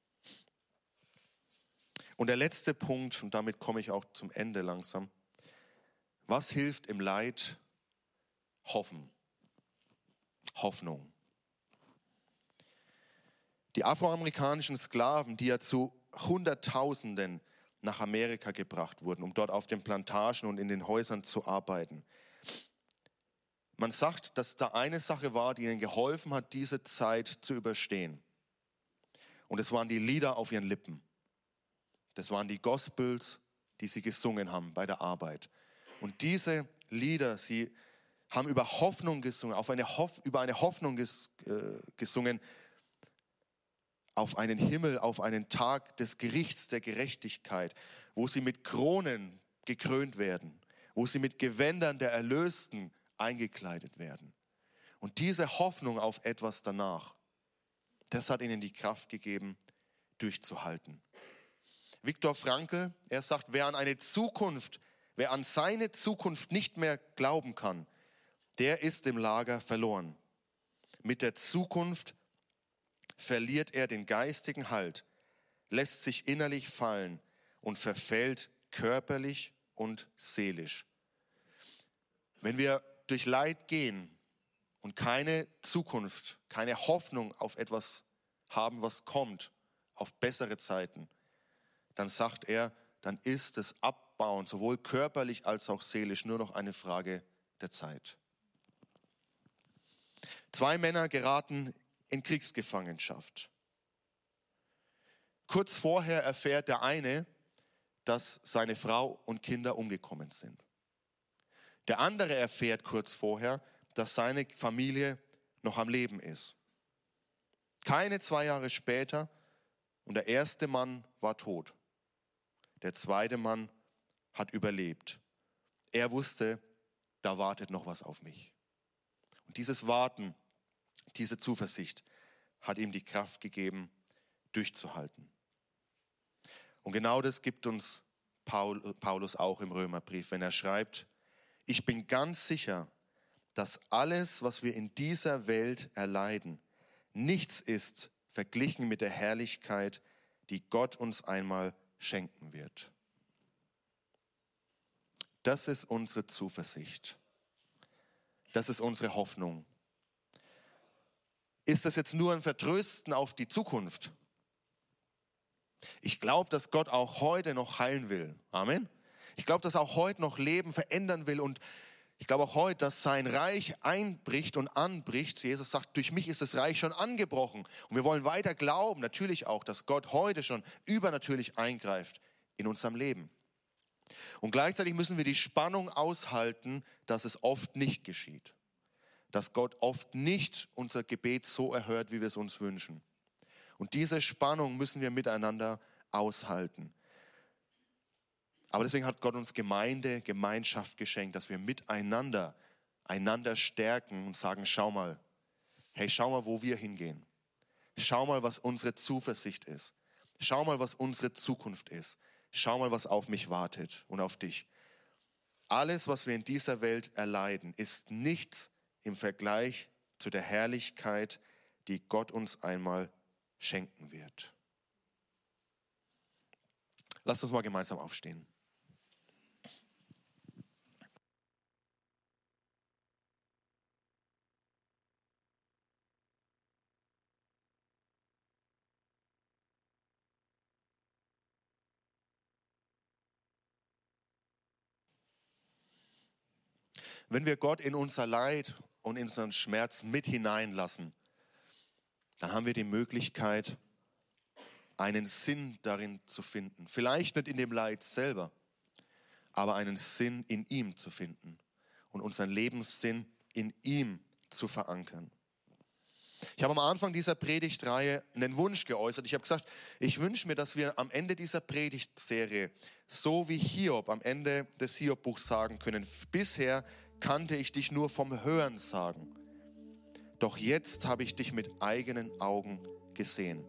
Und der letzte Punkt, und damit komme ich auch zum Ende langsam. Was hilft im Leid? Hoffen. Hoffnung. Die afroamerikanischen Sklaven, die ja zu Hunderttausenden nach Amerika gebracht wurden, um dort auf den Plantagen und in den Häusern zu arbeiten. Man sagt, dass da eine Sache war, die ihnen geholfen hat, diese Zeit zu überstehen. Und es waren die Lieder auf ihren Lippen. Das waren die Gospels, die sie gesungen haben bei der Arbeit. Und diese Lieder, sie haben über Hoffnung gesungen, auf eine Hoff, über eine Hoffnung ges, äh, gesungen, auf einen Himmel, auf einen Tag des Gerichts, der Gerechtigkeit, wo sie mit Kronen gekrönt werden, wo sie mit Gewändern der Erlösten eingekleidet werden. Und diese Hoffnung auf etwas danach, das hat ihnen die Kraft gegeben, durchzuhalten. Viktor Frankl, er sagt, wer an eine Zukunft, wer an seine Zukunft nicht mehr glauben kann, der ist im Lager verloren. Mit der Zukunft verliert er den geistigen Halt, lässt sich innerlich fallen und verfällt körperlich und seelisch. Wenn wir durch Leid gehen und keine Zukunft, keine Hoffnung auf etwas haben, was kommt, auf bessere Zeiten, dann sagt er, dann ist das Abbauen, sowohl körperlich als auch seelisch, nur noch eine Frage der Zeit. Zwei Männer geraten in Kriegsgefangenschaft. Kurz vorher erfährt der eine, dass seine Frau und Kinder umgekommen sind. Der andere erfährt kurz vorher, dass seine Familie noch am Leben ist. Keine zwei Jahre später und der erste Mann war tot. Der zweite Mann hat überlebt. Er wusste, da wartet noch was auf mich. Und dieses Warten, diese Zuversicht hat ihm die Kraft gegeben, durchzuhalten. Und genau das gibt uns Paulus auch im Römerbrief, wenn er schreibt, ich bin ganz sicher, dass alles, was wir in dieser Welt erleiden, nichts ist verglichen mit der Herrlichkeit, die Gott uns einmal schenken wird. Das ist unsere Zuversicht. Das ist unsere Hoffnung. Ist das jetzt nur ein Vertrösten auf die Zukunft? Ich glaube, dass Gott auch heute noch heilen will. Amen. Ich glaube, dass er auch heute noch Leben verändern will und ich glaube auch heute, dass sein Reich einbricht und anbricht. Jesus sagt, durch mich ist das Reich schon angebrochen. Und wir wollen weiter glauben, natürlich auch, dass Gott heute schon übernatürlich eingreift in unserem Leben. Und gleichzeitig müssen wir die Spannung aushalten, dass es oft nicht geschieht. Dass Gott oft nicht unser Gebet so erhört, wie wir es uns wünschen. Und diese Spannung müssen wir miteinander aushalten. Aber deswegen hat Gott uns Gemeinde, Gemeinschaft geschenkt, dass wir miteinander einander stärken und sagen, schau mal, hey, schau mal, wo wir hingehen. Schau mal, was unsere Zuversicht ist. Schau mal, was unsere Zukunft ist. Schau mal, was auf mich wartet und auf dich. Alles, was wir in dieser Welt erleiden, ist nichts im Vergleich zu der Herrlichkeit, die Gott uns einmal schenken wird. Lasst uns mal gemeinsam aufstehen. Wenn wir Gott in unser Leid und in unseren Schmerz mit hineinlassen, dann haben wir die Möglichkeit, einen Sinn darin zu finden. Vielleicht nicht in dem Leid selber, aber einen Sinn in ihm zu finden und unseren Lebenssinn in ihm zu verankern. Ich habe am Anfang dieser Predigtreihe einen Wunsch geäußert. Ich habe gesagt, ich wünsche mir, dass wir am Ende dieser Predigtserie, so wie Hiob am Ende des Hiob-Buchs sagen können, bisher kannte ich dich nur vom Hören sagen. Doch jetzt habe ich dich mit eigenen Augen gesehen.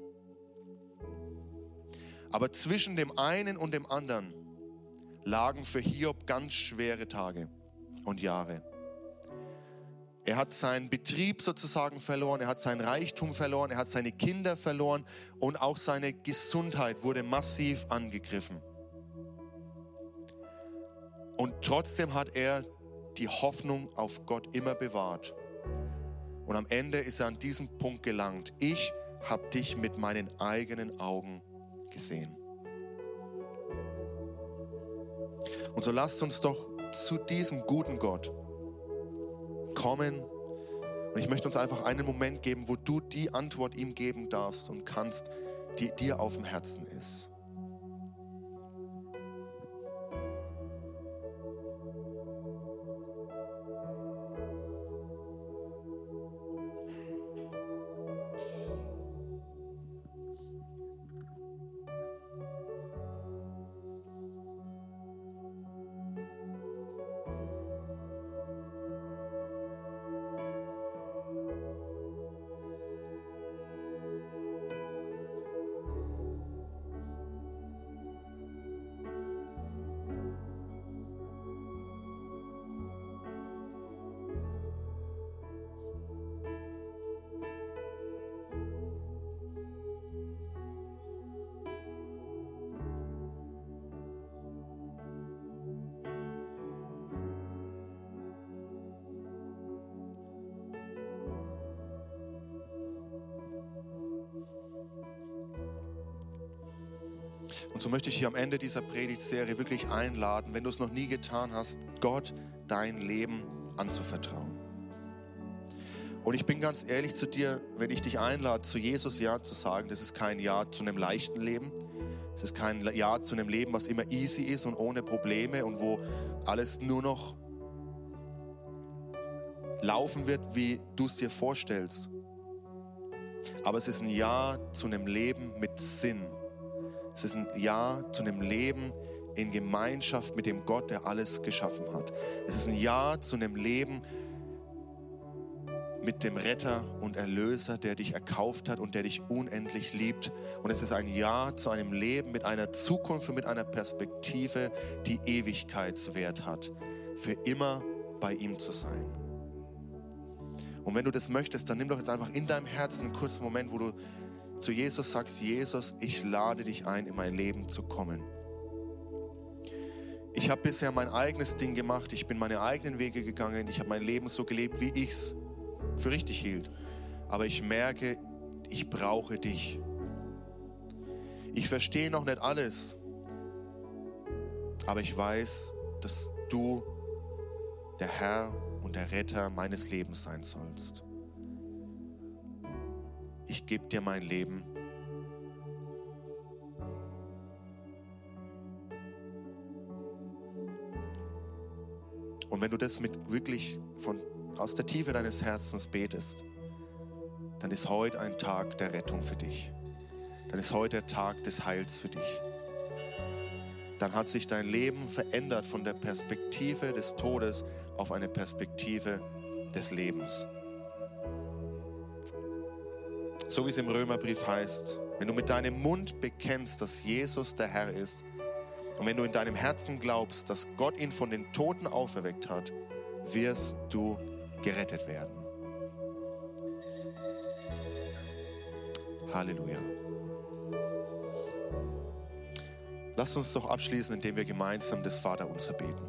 Aber zwischen dem einen und dem anderen lagen für Hiob ganz schwere Tage und Jahre. Er hat seinen Betrieb sozusagen verloren, er hat sein Reichtum verloren, er hat seine Kinder verloren und auch seine Gesundheit wurde massiv angegriffen. Und trotzdem hat er die Hoffnung auf Gott immer bewahrt. Und am Ende ist er an diesen Punkt gelangt. Ich habe dich mit meinen eigenen Augen gesehen. Und so lasst uns doch zu diesem guten Gott kommen. Und ich möchte uns einfach einen Moment geben, wo du die Antwort ihm geben darfst und kannst, die dir auf dem Herzen ist. Und so möchte ich hier am Ende dieser Predigtserie wirklich einladen, wenn du es noch nie getan hast, Gott dein Leben anzuvertrauen. Und ich bin ganz ehrlich zu dir, wenn ich dich einlade, zu Jesus Ja zu sagen, das ist kein Ja zu einem leichten Leben. Es ist kein Ja zu einem Leben, was immer easy ist und ohne Probleme und wo alles nur noch laufen wird, wie du es dir vorstellst. Aber es ist ein Ja zu einem Leben mit Sinn. Es ist ein Ja zu einem Leben in Gemeinschaft mit dem Gott, der alles geschaffen hat. Es ist ein Ja zu einem Leben mit dem Retter und Erlöser, der dich erkauft hat und der dich unendlich liebt. Und es ist ein Ja zu einem Leben mit einer Zukunft und mit einer Perspektive, die Ewigkeitswert hat, für immer bei ihm zu sein. Und wenn du das möchtest, dann nimm doch jetzt einfach in deinem Herzen einen kurzen Moment, wo du zu Jesus sagst, Jesus, ich lade dich ein, in mein Leben zu kommen. Ich habe bisher mein eigenes Ding gemacht, ich bin meine eigenen Wege gegangen, ich habe mein Leben so gelebt, wie ich es für richtig hielt. Aber ich merke, ich brauche dich. Ich verstehe noch nicht alles, aber ich weiß, dass du der Herr und der Retter meines Lebens sein sollst. Ich gebe dir mein Leben. Und wenn du das mit wirklich von, aus der Tiefe deines Herzens betest, dann ist heute ein Tag der Rettung für dich. Dann ist heute der Tag des Heils für dich. Dann hat sich dein Leben verändert von der Perspektive des Todes auf eine Perspektive des Lebens. So wie es im Römerbrief heißt, wenn du mit deinem Mund bekennst, dass Jesus der Herr ist und wenn du in deinem Herzen glaubst, dass Gott ihn von den Toten auferweckt hat, wirst du gerettet werden. Halleluja. Lasst uns doch abschließen, indem wir gemeinsam das Vaterunser beten.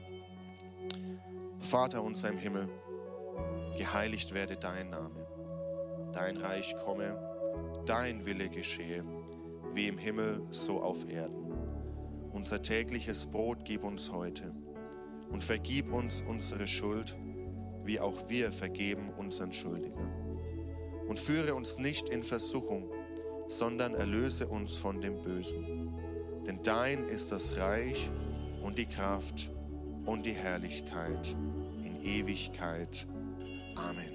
Vater unser im Himmel, geheiligt werde dein Name. Dein Reich komme, dein Wille geschehe, wie im Himmel, so auf Erden. Unser tägliches Brot gib uns heute und vergib uns unsere Schuld, wie auch wir vergeben unseren Schuldigern. Und führe uns nicht in Versuchung, sondern erlöse uns von dem Bösen. Denn dein ist das Reich und die Kraft und die Herrlichkeit in Ewigkeit. Amen.